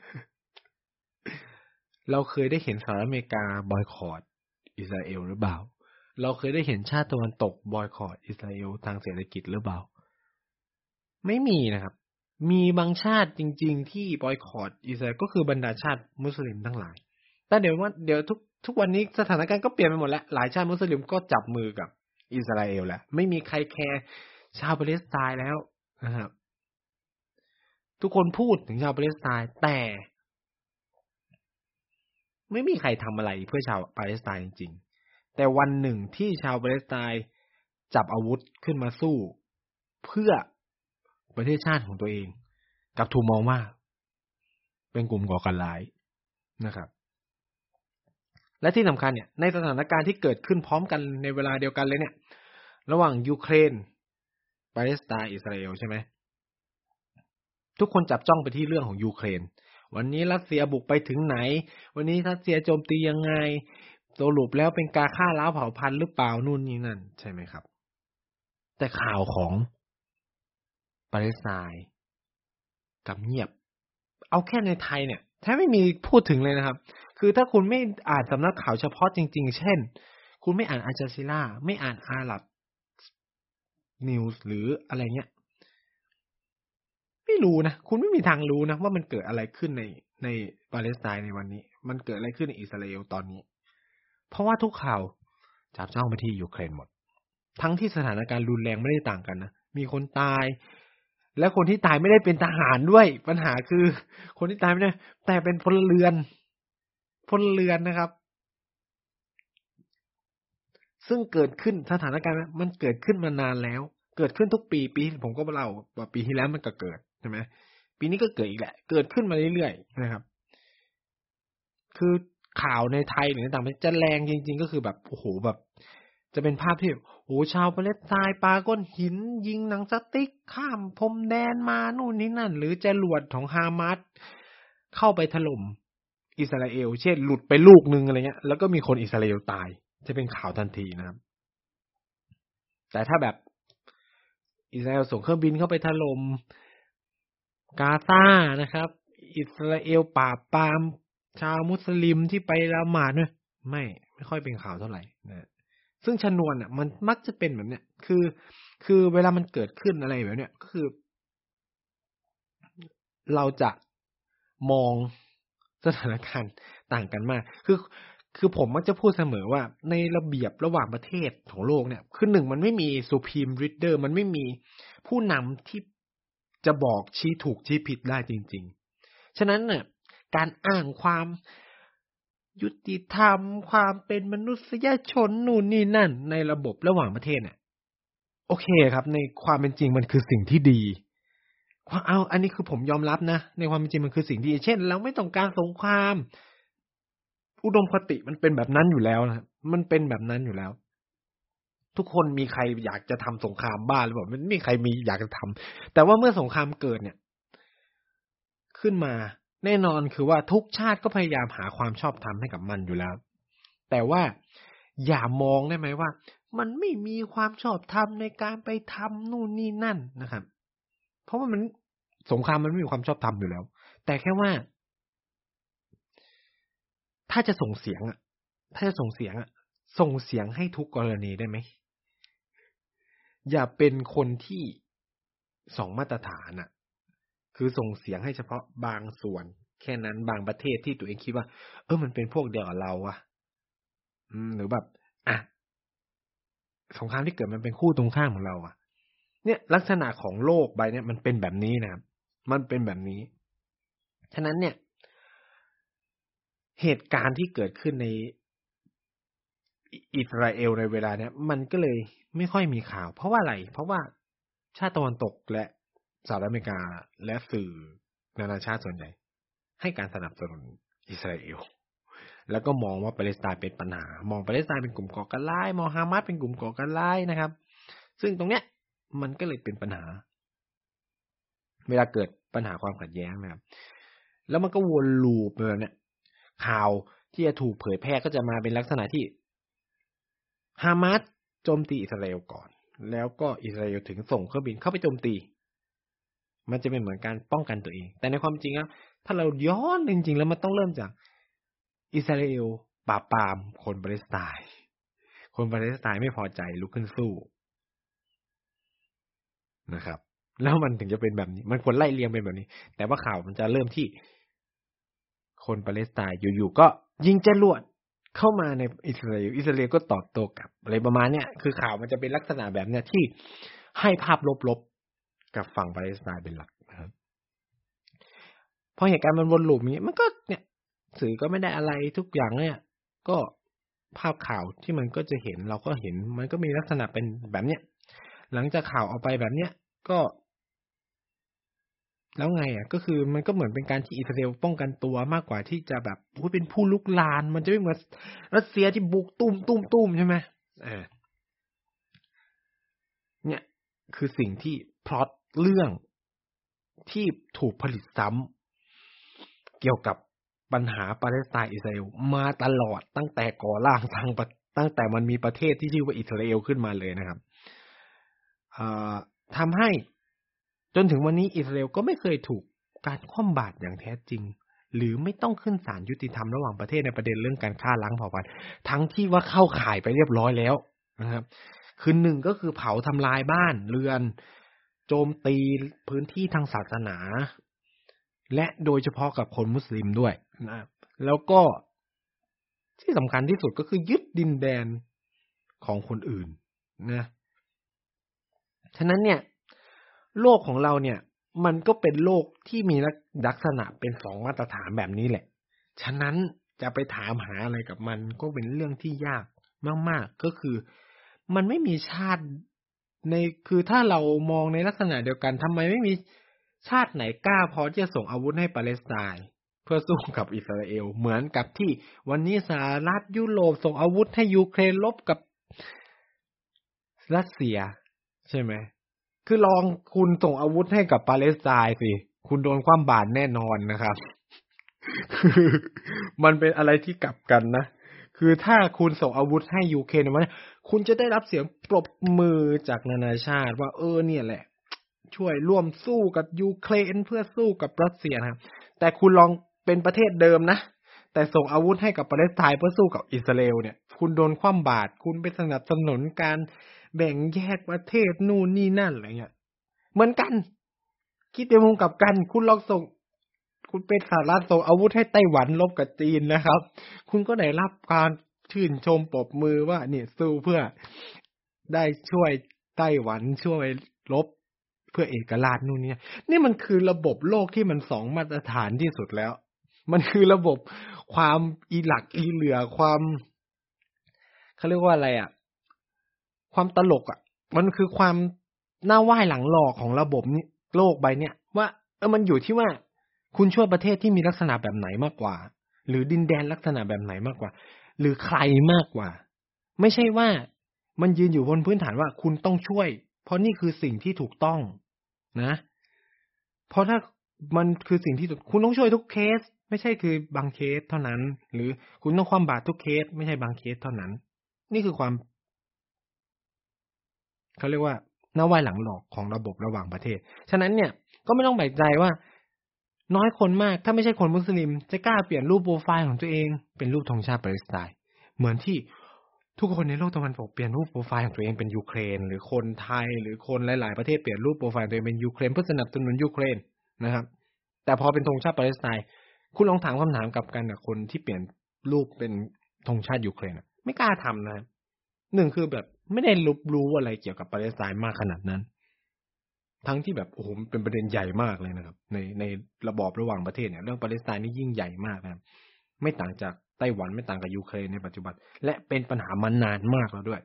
เราเคยได้เห็นสหรัฐอเมริกาบอยคอตอิสราเอลหรือเปล่าเราเคยได้เห็นชาติตะวันตกบอยคอตอิสราเอลทางเศรษฐกิจหรือเปล่าไม่มีนะครับมีบางชาติจริงๆที่บอยคอตอิสราเอลก็คือบรรดาชาติมุสลิมทั้งหลายแต่เดี๋ยวทุกวันนี้สถานการณ์ก็เปลี่ยนไปหมดแล้วหลายชาติมุสลิมก็จับมือกับอิสราเอลแล้วไม่มีใครแคร์ชาวปาเลสไตน์แล้วนะครับทุกคนพูดถึงชาวปาเลสไตน์แต่ไม่มีใครทำอะไรเพื่อชาวปาเลสไตน์จริงๆแต่วันหนึ่งที่ชาวปาเลสไตน์จับอาวุธขึ้นมาสู้เพื่อประเทศชาติของตัวเองกับถูกมองว่าเป็นกลุ่มก่อการร้ายนะครับและที่สำคัญเนี่ยในสถานการณ์ที่เกิดขึ้นพร้อมกันในเวลาเดียวกันเลยเนี่ยระหว่างยูเครนปาเลสไตน์อิสราเอลใช่ไหมทุกคนจับจ้องไปที่เรื่องของยูเครนวันนี้รัสเซียบุกไปถึงไหนวันนี้รัสเซียโจมตียังไงสรุปแล้วเป็นการฆ่าล้างเผ่าพันธุ์หรือเปล่านู่นนี่นั่นใช่ไหมครับแต่ข่าวของปาเลสไตน์กลับเงียบเอาแค่ในไทยเนี่ยแทบไม่มีพูดถึงเลยนะครับคือถ้าคุณไม่อ่านสำนักข่าวเฉพาะจริงๆเช่นคุณไม่อ่านอัลจาซีราไม่อ่านอาหรับนิวส์หรืออะไรเงี้ยไม่รู้นะคุณไม่มีทางรู้นะว่ามันเกิดอะไรขึ้นในปาเลสไตน์ในวันนี้มันเกิดอะไรขึ้นในอิสราเอลตอนนี้เพราะว่าทุกข่าวจับจ้องไปที่ยูเครนหมดทั้งที่สถานการณ์รุนแรงไม่ได้ต่างกันนะมีคนตายและคนที่ตายไม่ได้เป็นทหารด้วยปัญหาคือคนที่ตายไม่ได้แต่เป็นพลเรือนนะครับซึ่งเกิดขึ้นสถานการณ์มันเกิดขึ้นมานานแล้วเกิดขึ้นทุกปีผมก็เล่าว่าปีที่แล้วมันก็เกิดใช่ไหมปีนี้ก็เกิดอีกแหละเกิดขึ้นมาเรื่อยๆนะครับคือข่าวในไทยหรือต่างประเทศจะแรงจริงๆก็คือแบบโอ้โหแบบจะเป็นภาพที่โอ้ชาวปาเลสไตน์ปาก้อนหินยิงหนังสติ๊กข้ามพรมแดนมานู่นนี่นั่นหรือจรวดของฮามาสเข้าไปถล่มอิสราเอลเช่นหลุดไปลูกนึงอะไรเงี้ยแล้วก็มีคนอิสราเอลตายจะเป็นข่าวทันทีนะครับแต่ถ้าแบบอิสราเอลส่งเครื่องบินเข้าไปถล่มกาซานะครับอิสราเอลปราบปรามชาวมุสลิมที่ไปละหมาดเนี่ยไม่ค่อยเป็นข่าวเท่าไหร่นะซึ่งชนวนอ่ะมันมักจะเป็นแบบเนี้ยคือเวลามันเกิดขึ้นอะไรแบบเนี้ยก็คือเราจะมองสถานการณ์ต่างกันมากคือผมมักจะพูดเสมอว่าในระเบียบระหว่างประเทศของโลกเนี่ยคือหนึ่งมันไม่มี supreme leader มันไม่มีผู้นำที่จะบอกชี้ถูกชี้ผิดได้จริงๆฉะนั้นเนี่ยการอ้างความยุติธรรมความเป็นมนุษยชนนู่นนี่นั่นในระบบระหว่างประเทศเนี่ยโอเคครับในความเป็นจริงมันคือสิ่งที่ดีอันนี้คือผมยอมรับนะในความเป็นจริงมันคือสิ่งที่เช่นเราไม่ต้องการสงครามอุดมคติมันเป็นแบบนั้นอยู่แล้วนะมันเป็นแบบนั้นอยู่แล้วทุกคนมีใครอยากจะทำสงครามบ้าหรือเปล่ามันไม่มีใครมีอยากจะทำแต่ว่าเมื่อสงครามเกิดเนี่ยขึ้นมาแน่นอนคือว่าทุกชาติก็พยายามหาความชอบธรรมให้กับมันอยู่แล้วแต่ว่าอย่ามองได้ไหมว่ามันไม่มีความชอบธรรมในการไปทำนู่นนี่นั่นนะครับเพราะว่ามันสงครามมันไม่มีความชอบธรรมอยู่แล้วแต่แค่ว่าถ้าจะส่งเสียงส่งเสียงให้ทุกกรณีได้ไหมอย่าเป็นคนที่สองมาตรฐานคือส่งเสียงให้เฉพาะบางส่วนแค่นั้นบางประเทศที่ตัวเองคิดว่ามันเป็นพวกเดียวกับเราหรือแบบสงครามที่เกิดมันเป็นคู่ตรงข้ามของเราเนี่ยลักษณะของโลกใบนี้มันเป็นแบบนี้นะครับมันเป็นแบบนี้ฉะนั้นเนี่ยเหตุการณ์ที่เกิดขึ้นในอิสราเอลในเวลาเนี้ยมันก็เลยไม่ค่อยมีข่าวเพราะว่าอะไรเพราะว่าชาติตะวันตกและสหรัฐอเมริกาและสื่อนานาชาติส่วนใหญ่ให้การสนับสนุนอิสราเอลแล้วก็มองว่าปาเลสไตน์เป็นปัญหามองปาเลสไตน์เป็นกลุ่มก่อการร้ายมองฮามาสเป็นกลุ่มก่อการร้ายนะครับซึ่งตรงเนี้ยมันก็เลยเป็นปัญหาเวลาเกิดปัญหาความขัดแย้งนะครับแล้วมันก็วนลูปแบบเนี้ยข่าวที่จะถูกเผยแพร่ก็จะมาเป็นลักษณะที่ฮามาสโจมตีอิสราเอลก่อนแล้วก็อิสราเอลถึงส่งเครื่องบินเข้าไปโจมตีมันจะเป็นเหมือนการป้องกันตัวเองแต่ในความจริงแล้วถ้าเราย้อนจริงๆแล้วมันต้องเริ่มจากอิสราเอลปราบปรามคนปาเลสไตน์ไม่พอใจลุกขึ้นสู้นะครับแล้วมันถึงจะเป็นแบบนี้มันควรไล่เรียงเป็นแบบนี้แต่ว่าข่าวมันจะเริ่มที่คนปาเลสไตน์อยู่ๆก็ยิงจรวดเข้ามาในอิสราเอลก็ตอบโต้กลับอะไรประมาณเนี้ยคือข่าวมันจะเป็นลักษณะแบบเนี้ยที่ให้ภาพลบๆกับฝั่งปาเลสไตน์เป็นหลักนะครับพอเหตุการณ์มันวนลูปนี้มันก็เนี่ยสื่อก็ไม่ได้อะไรทุกอย่างเนี่ยก็ภาพข่าวที่มันก็จะเห็นเราก็เห็นมันก็มีลักษณะเป็นแบบเนี้ยหลังจากข่าวออกไปแบบเนี้ยก็แล้วไงก็คือมันก็เหมือนเป็นการที่อิสราเอลป้องกันตัวมากกว่าที่จะแบบเป็นผู้ลุกลานมันจะไม่เหมือนรัสเซียที่บุกตุ้มใช่ไหมเนี่ยคือสิ่งที่พล็อตเรื่องที่ถูกผลิตซ้ำเกี่ยวกับปัญหาปาเลสไตน์อิสราเอลมาตลอดตั้งแต่ก่อร่างตั้งแต่มันมีประเทศที่ชื่อว่าอิสราเอลขึ้นมาเลยนะครับทำให้จนถึงวันนี้อิสราเอลก็ไม่เคยถูกการคว่ำบาตรอย่างแท้จริงหรือไม่ต้องขึ้นศาลยุติธรรมระหว่างประเทศในประเด็นเรื่องการฆ่าล้างเผ่าพันธุ์ทั้งที่ว่าเข้าข่ายไปเรียบร้อยแล้วนะครับคือหนึ่งก็คือเผาทำลายบ้านเรือนโจมตีพื้นที่ทางศาสนาและโดยเฉพาะกับคนมุสลิมด้วยนะแล้วก็ที่สำคัญที่สุดก็คือยึดดินแดนของคนอื่นนะฉะนั้นเนี่ยโลกของเราเนี่ยมันก็เป็นโลกที่มีลักษณะเป็นสองมาตรฐานแบบนี้แหละฉะนั้นจะไปถามหาอะไรกับมันก็เป็นเรื่องที่ยากมากๆก็คือมันไม่มีชาติคือถ้าเรามองในลักษณะเดียวกันทำไมไม่มีชาติไหนกล้าพอที่จะส่งอาวุธให้ปาเลสไตน์เพื่อสู้กับอิสราเอลเหมือนกับที่วันนี้สหรัฐยุโรปส่งอาวุธให้ยูเครนรบกับรัสเซียใช่ไหมคือลองคุณส่งอาวุธให้กับปาเลสไตน์สิคุณโดนคว่ำบาตรแน่นอนนะครับ คือมันเป็นอะไรที่กลับกันนะคือถ้าคุณส่งอาวุธให้ยูเครนมันคุณจะได้รับเสียงปรบมือจากนานาชาติว่าเนี่ยแหละช่วยร่วมสู้กับยูเครนเพื่อสู้กับรัสเซียนะครับแต่คุณลองเป็นประเทศเดิมนะแต่ส่งอาวุธให้กับปาเลสไตน์เพื่อสู้กับอิสราเอลเนี่ยคุณโดนคว่ำบาตรคุณไปสนับสนุนการแบ่งแยกประเทศนู่นนี่นั่นอะไรเงี้ยเหมือนกันคิดในมุมกลับกันคุณลองส่งคุณเป็นสหรัฐส่งอาวุธให้ไต้หวันรบกับจีนนะครับคุณก็ได้รับการชื่นชมปรบมือว่าเนี่ยสู้เพื่อได้ช่วยไต้หวันช่วยรบเพื่อเอกราชนู่นนี่มันคือระบบโลกที่มันสองมาตรฐานที่สุดแล้วมันคือระบบความอีหลักอีเหลือความเขาเรียกว่าอะไรความตลกมันคือความหน้าไหว้หลังหลอกของระบบนี้โลกใบเนี้ยว่ามันอยู่ที่ว่าคุณช่วยประเทศที่มีลักษณะแบบไหนมากกว่าหรือดินแดนลักษณะแบบไหนมากกว่าหรือใครมากกว่าไม่ใช่ว่ามันยืนอยู่บนพื้นฐานว่าคุณต้องช่วยเพราะนี่คือสิ่งที่ถูกต้องนะเพราะถ้ามันคือสิ่งที่คุณต้องช่วยทุกเคสไม่ใช่คือบางเคสเท่านั้นหรือคุณต้องคว่ำบาตรทุกเคสไม่ใช่บางเคสเท่านั้นนี่คือความเขาเรียกว่าหน้าไหว้หลังหลอกของระบบระหว่างประเทศฉะนั้นเนี่ยก็ไม่ต้องแปลกใจว่าน้อยคนมากถ้าไม่ใช่คนมุสลิมจะกล้าเปลี่ยนรูปโปรไฟล์ของตัวเองเป็นรูปธงชาติปาเลสไตน์เหมือนที่ทุกคนในโลกตะวันตกเปลี่ยนรูปโปรไฟล์ของตัวเองเป็นยูเครนหรือคนไทยหรือคนหลายๆประเทศเปลี่ยนรูปโปรไฟล์ตัวเองเป็นยูเครนเพื่อสนับสนุนยูเครนนะครับแต่พอเป็นธงชาติปาเลสไตน์คุณลองถามคำถามกลับกันกับคนที่เปลี่ยนรูปเป็นธงชาติยูเครนไม่กล้าทำนะหนึ่งคือแบบไม่ได้รู้อะไรเกี่ยวกับปาเลสไตน์มากขนาดนั้นทั้งที่แบบโอ้โหเป็นประเด็นใหญ่มากเลยนะครับในระบอบระหว่างประเทศเนี่ยเรื่องปาเลสไตน์นี่ยิ่งใหญ่มากนะครับไม่ต่างจากไต้หวันไม่ต่างกับยูเครนในปัจจุบันและเป็นปัญหามานานมากแล้วด้วย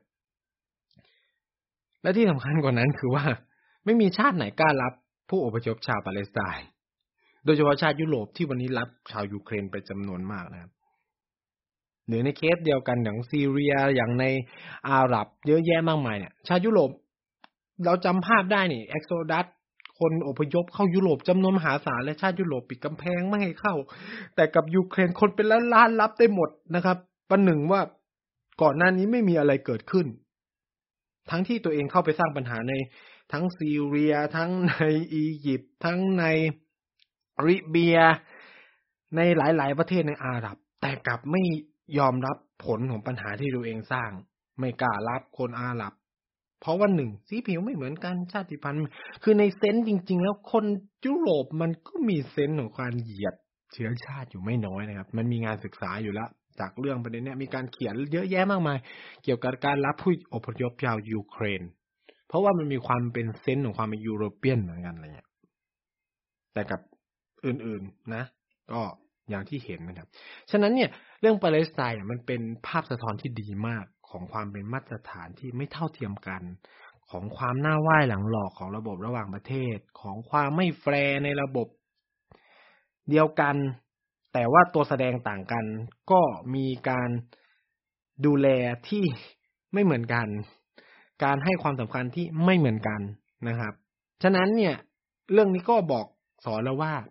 และที่สำคัญกว่านั้นคือว่าไม่มีชาติไหนกล้ารับผู้อพยพชาวปาเลสไตน์โดยเฉพาะชาติยุโรปที่วันนี้รับชาวยูเครนไปจำนวนมากนะครับหรือในเคสเดียวกันอย่างซีเรียอย่างในอาหรับเยอะแยะมากมายเนี่ยชาวยุโรปเราจำภาพได้นี่เอ็กโซดัสคนอพยพเข้ายุโรปจำนวนมหาศาลและชาติยุโรปปิดกำแพงไม่ให้เข้าแต่กับยูเครนคนเป็นล้านๆรับได้หมดนะครับประหนึ่งว่าก่อนหน้านี้ไม่มีอะไรเกิดขึ้นทั้งที่ตัวเองเข้าไปสร้างปัญหาในทั้งซีเรียทั้งในอียิปต์ทั้งในลิเบียในหลายๆประเทศในอาหรับแต่กลับไม่ยอมรับผลของปัญหาที่ตัวเองสร้างไม่กล้ารับคนอาหรับเพราะว่าหนึ่งสีผิวไม่เหมือนกันชาติพันธุ์คือในเซนส์จริงๆแล้วคนยุโรปมันก็มีเซนส์ของการเหยียดเชื้อชาติอยู่ไม่น้อยนะครับมันมีงานศึกษาอยู่แล้วจากเรื่องประเด็นนี้มีการเขียนเยอะแยะมากมายเกี่ยวกับการรับผู้อพยพชาวยูเครนเพราะว่ามันมีความเป็นเซนส์ของความเป็นยุโรเปียนเหมือนกันอะไรเงี้ยแต่กับอื่นๆนะก็อย่างที่เห็นนะครับฉะนั้นเนี่ยเรื่องปาเลสไตน์มันเป็นภาพสะท้อนที่ดีมากของความเป็นมาตรฐานที่ไม่เท่าเทียมกันของความหน้าไหว้หลังหลอกของระบบระหว่างประเทศของความไม่แฟร์ในระบบเดียวกันแต่ว่าตัวแสดงต่างกันก็มีการดูแลที่ไม่เหมือนกันการให้ความสำคัญที่ไม่เหมือนกันนะครับฉะนั้นเนี่ยเรื่องนี้ก็บอกสอนเราว่า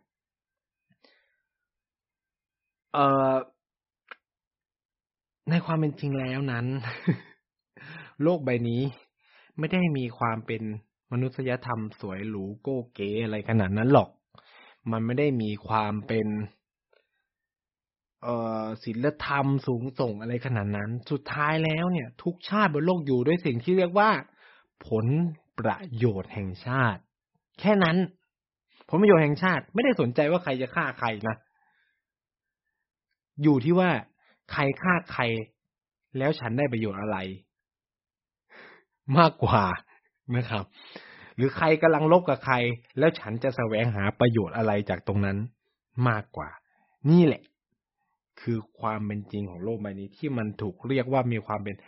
ในความเป็นจริงแล้วนั้น โลกใบนี้ไม่ได้มีความเป็นมนุษยธรรมสวยหรูโก้เก๋อะไรขนาดนั้นหรอกมันไม่ได้มีความเป็นศีลธรรมสูงส่งอะไรขนาดนั้นสุดท้ายแล้วเนี่ยทุกชาติบนโลกอยู่ด้วยสิ่งที่เรียกว่าผลประโยชน์แห่งชาติแค่นั้นผลประโยชน์แห่งชาติไม่ได้สนใจว่าใครจะฆ่าใครนะอยู่ที่ว่าใครฆ่าใครแล้วฉันได้ประโยชน์อะไรมากกว่านะครับหรือใครกำลังลบกับใครแล้วฉันจะแสวงหาประโยชน์อะไรจากตรงนั้นมากกว่านี่แหละคือความเป็นจริงของโลกใบนี้ที่มันถูกเรียกว่ามีความเป็น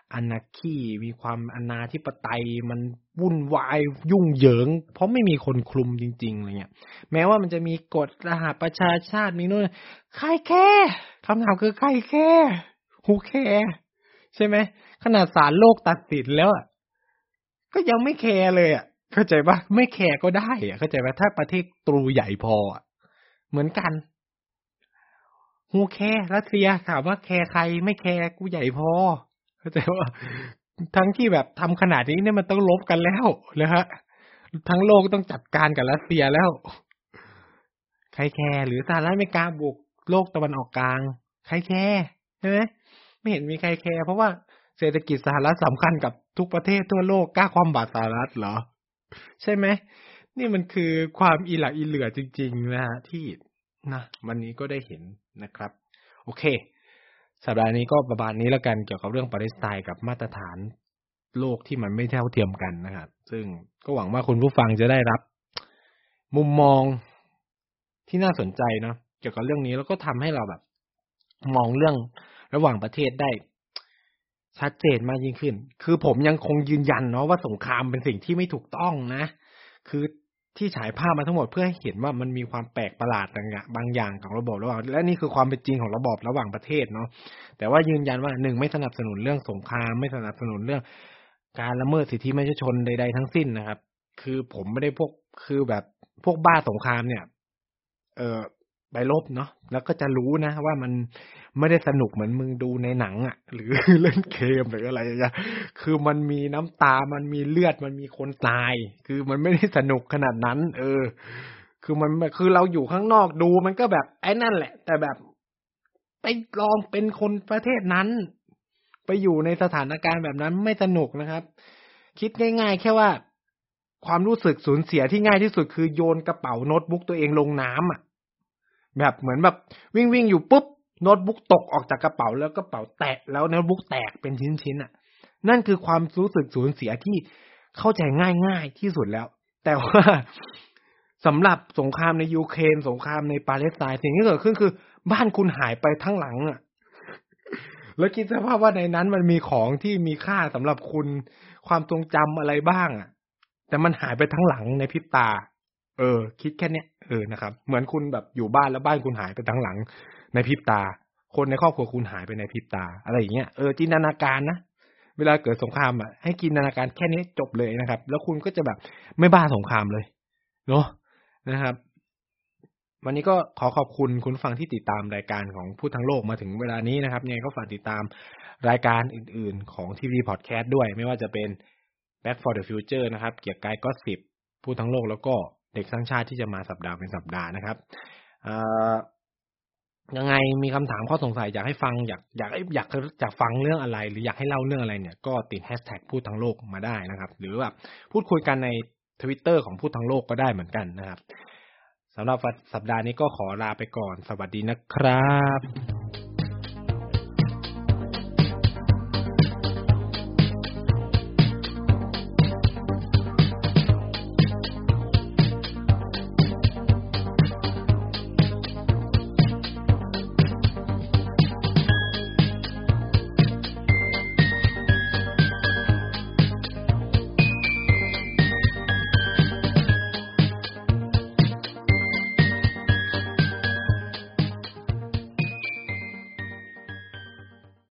anarchy มีความอนาธิปไตยมันวุ่นวายยุ่งเหยิงเพราะไม่มีคนคลุมจริงๆอะไรเงี้ยแม้ว่ามันจะมีกฎสหประชาชาติมีนู่นใครแคร์คำถามคือใครแคร์ who care ใช่ไหมขนาดศาลโลกตัดสินแล้วอ่ะก็ยังไม่แคร์เลยอ่ะเข้าใจปะไม่แคร์ก็ได้อ่ะเข้าใจปะถ้าประเทศตรูใหญ่พออ่ะเหมือนกันฮูแคร์รัสเซียถามว่าแคร์ใครไม่แคร์กูใหญ่พอเข้าใจว่าทั้งที่แบบทำขนาดนี้เนี่ยมันต้องลบกันแล้วนะฮะทั้งโลกต้องจัดการกับรัสเซียแล้วใครแคร์หรือสหรัฐอเมริกาบุกโลกตะวันออกกลางใครแคร์ใช่ไหมไม่เห็นมีใครแคร์เพราะว่าเศรษฐกิจสหรัฐสำคัญกับทุกประเทศทั่วโลกกล้าความบาตรสหรัฐเหรอใช่ไหมนี่มันคือความอีหลักอีเหลือจริงๆนะฮะที่นะวันนี้ก็ได้เห็นนะครับโอเคสัปดาห์นี้ก็ประมาณนี้แล้วกันเกี่ยวกับเรื่องปาเลสไตน์กับมาตรฐานโลกที่มันไม่เท่าเทียมกันนะครับซึ่งก็หวังว่าคุณผู้ฟังจะได้รับมุมมองที่น่าสนใจเนาะเกี่ยวกับเรื่องนี้แล้วก็ทำให้เราแบบมองเรื่องระหว่างประเทศได้ชัดเจนมากยิ่งขึ้นคือผมยังคงยืนยันเนาะว่าสงครามเป็นสิ่งที่ไม่ถูกต้องนะคือที่ฉายภาพมาทั้งหมดเพื่อให้เห็นว่ามันมีความแปลกประหลาดบางอย่างของระบบระหว่างและนี่คือความเป็นจริงของระบบระหว่างประเทศเนาะแต่ว่ายืนยันว่า1ไม่สนับสนุนเรื่องสงครามไม่สนับสนุนเรื่องการละเมิดสิทธิมนุษยชนใดๆทั้งสิ้นนะครับคือผมไม่ได้คือแบบพวกบ้าสงครามเนี่ยไปรบเนาะแล้วก็จะรู้นะว่ามันไม่ได้สนุกเหมือนมึงดูในหนังอ่ะหรือเล่นเกมหรืออะไรอย่างเงี้ยคือมันมีน้ำตามันมีเลือดมันมีคนตายคือมันไม่ได้สนุกขนาดนั้นคือเราอยู่ข้างนอกดูมันก็แบบไอ้นั่นแหละแต่แบบไปลองเป็นคนประเทศนั้นไปอยู่ในสถานการณ์แบบนั้นไม่สนุกนะครับคิดง่ายๆแค่ว่าความรู้สึกสูญเสียที่ง่ายที่สุดคือโยนกระเป๋าโน้ตบุ๊กตัวเองลงน้ำอ่ะแบบเหมือนแบบวิ่งอยู่ปุ๊บโน้ตบุ๊กตกออกจากกระเป๋าแล้วกระเป๋าแตกแล้วโน้ตบุ๊กแตกเป็นชิ้นๆอ่ะนั่นคือความรู้สึกสูญเสียที่เข้าใจง่ายๆที่สุดแล้วแต่ว่าสำหรับสงครามในยูเครนสงครามในปาเลสไตน์สิ่งที่เกิดขึ้นคือบ้านคุณหายไปทั้งหลังอ่ะแล้วคิดสภาพว่าในนั้นมันมีของที่มีค่าสำหรับคุณความทรงจำอะไรบ้างอ่ะแต่มันหายไปทั้งหลังในพริบตาคิดแค่เนี้ยนะครับเหมือนคุณแบบอยู่บ้านแล้วบ้านคุณหายไปทั้งหลังในพริบตาคนในครอบครัวคุณหายไปในพริบตาอะไรอย่างเงี้ยจินตนาการนะเวลาเกิดสงครามอ่ะให้จินตนาการแค่นี้จบเลยนะครับแล้วคุณก็จะแบบไม่บ้าสงครามเลยเนาะนะครับวันนี้ก็ขอขอบคุณคุณฟังที่ติดตามรายการของพูดทั้งโลกมาถึงเวลานี้นะครับยังไงก็ฝากติดตามรายการอื่นๆของ TV Podcast ด้วยไม่ว่าจะเป็น Back for the Future นะครับเกียร์กายก็10พูดทั้งโลกแล้วก็เด็กสร้างชาติที่จะมาสัปดาห์เป็นสัปดาห์นะครับยังไงมีคำถามข้อสงสัยอยากให้ฟังอยากฟังเรื่องอะไรหรืออยากให้เล่าเรื่องอะไรเนี่ยก็ติดแฮชแท็กพูดทั้งโลกมาได้นะครับหรือแบบพูดคุยกันใน Twitter ของพูดทั้งโลกก็ได้เหมือนกันนะครับสำหรับสัปดาห์นี้ก็ขอลาไปก่อนสวัสดีนะครับ